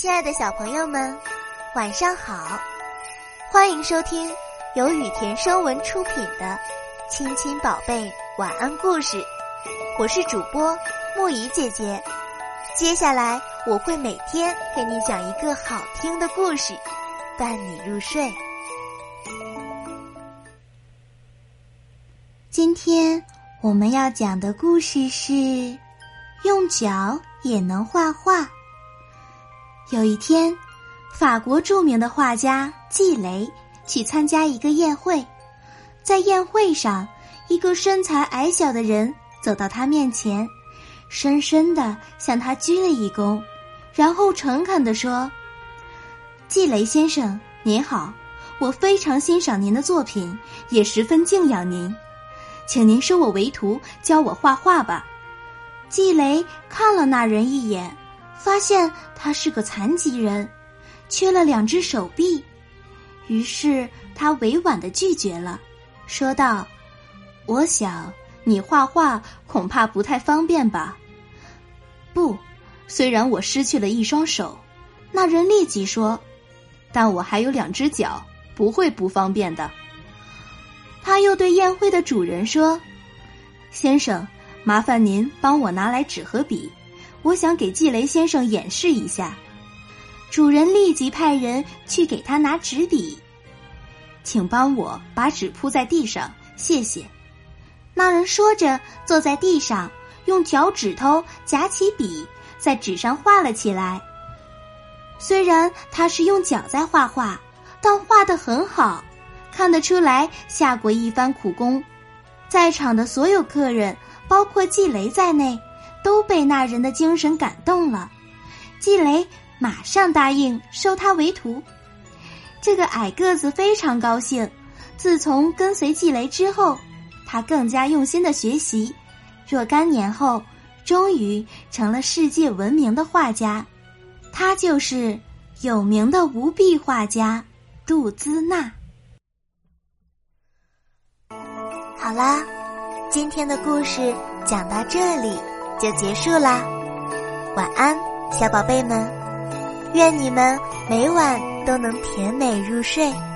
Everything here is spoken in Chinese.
亲爱的小朋友们，晚上好！欢迎收听由雨田声文出品的《亲亲宝贝晚安故事》，我是主播木仪姐姐。接下来我会每天给你讲一个好听的故事，伴你入睡。今天我们要讲的故事是用脚也能画画。有一天，法国著名的画家季雷去参加一个宴会，在宴会上，一个身材矮小的人走到他面前，深深地向他鞠了一躬，然后诚恳地说：“季雷先生，您好，我非常欣赏您的作品，也十分敬仰您，请您收我为徒，教我画画吧。”季雷看了那人一眼，发现他是个残疾人，缺了2只手臂，于是他委婉地拒绝了，说道：“我想你画画恐怕不太方便吧？”“不，虽然我失去了1双手。”那人立即说，“但我还有2只脚，不会不方便的。”他又对宴会的主人说：“先生，麻烦您帮我拿来纸和笔，我想给季雷先生演示一下。”主人立即派人去给他拿纸笔。“请帮我把纸铺在地上，谢谢。”那人说着坐在地上，用脚趾头夹起笔，在纸上画了起来。虽然他是用脚在画画，但画得很好，看得出来下过一番苦功。在场的所有客人，包括季雷在内，都被那人的精神感动了。季雷马上答应收他为徒。这个矮个子非常高兴，自从跟随季雷之后，他更加用心的学习，若干年后终于成了世界闻名的画家。他就是有名的无臂画家杜兹纳。好啦，今天的故事讲到这里就结束啦，晚安，小宝贝们，愿你们每晚都能甜美入睡。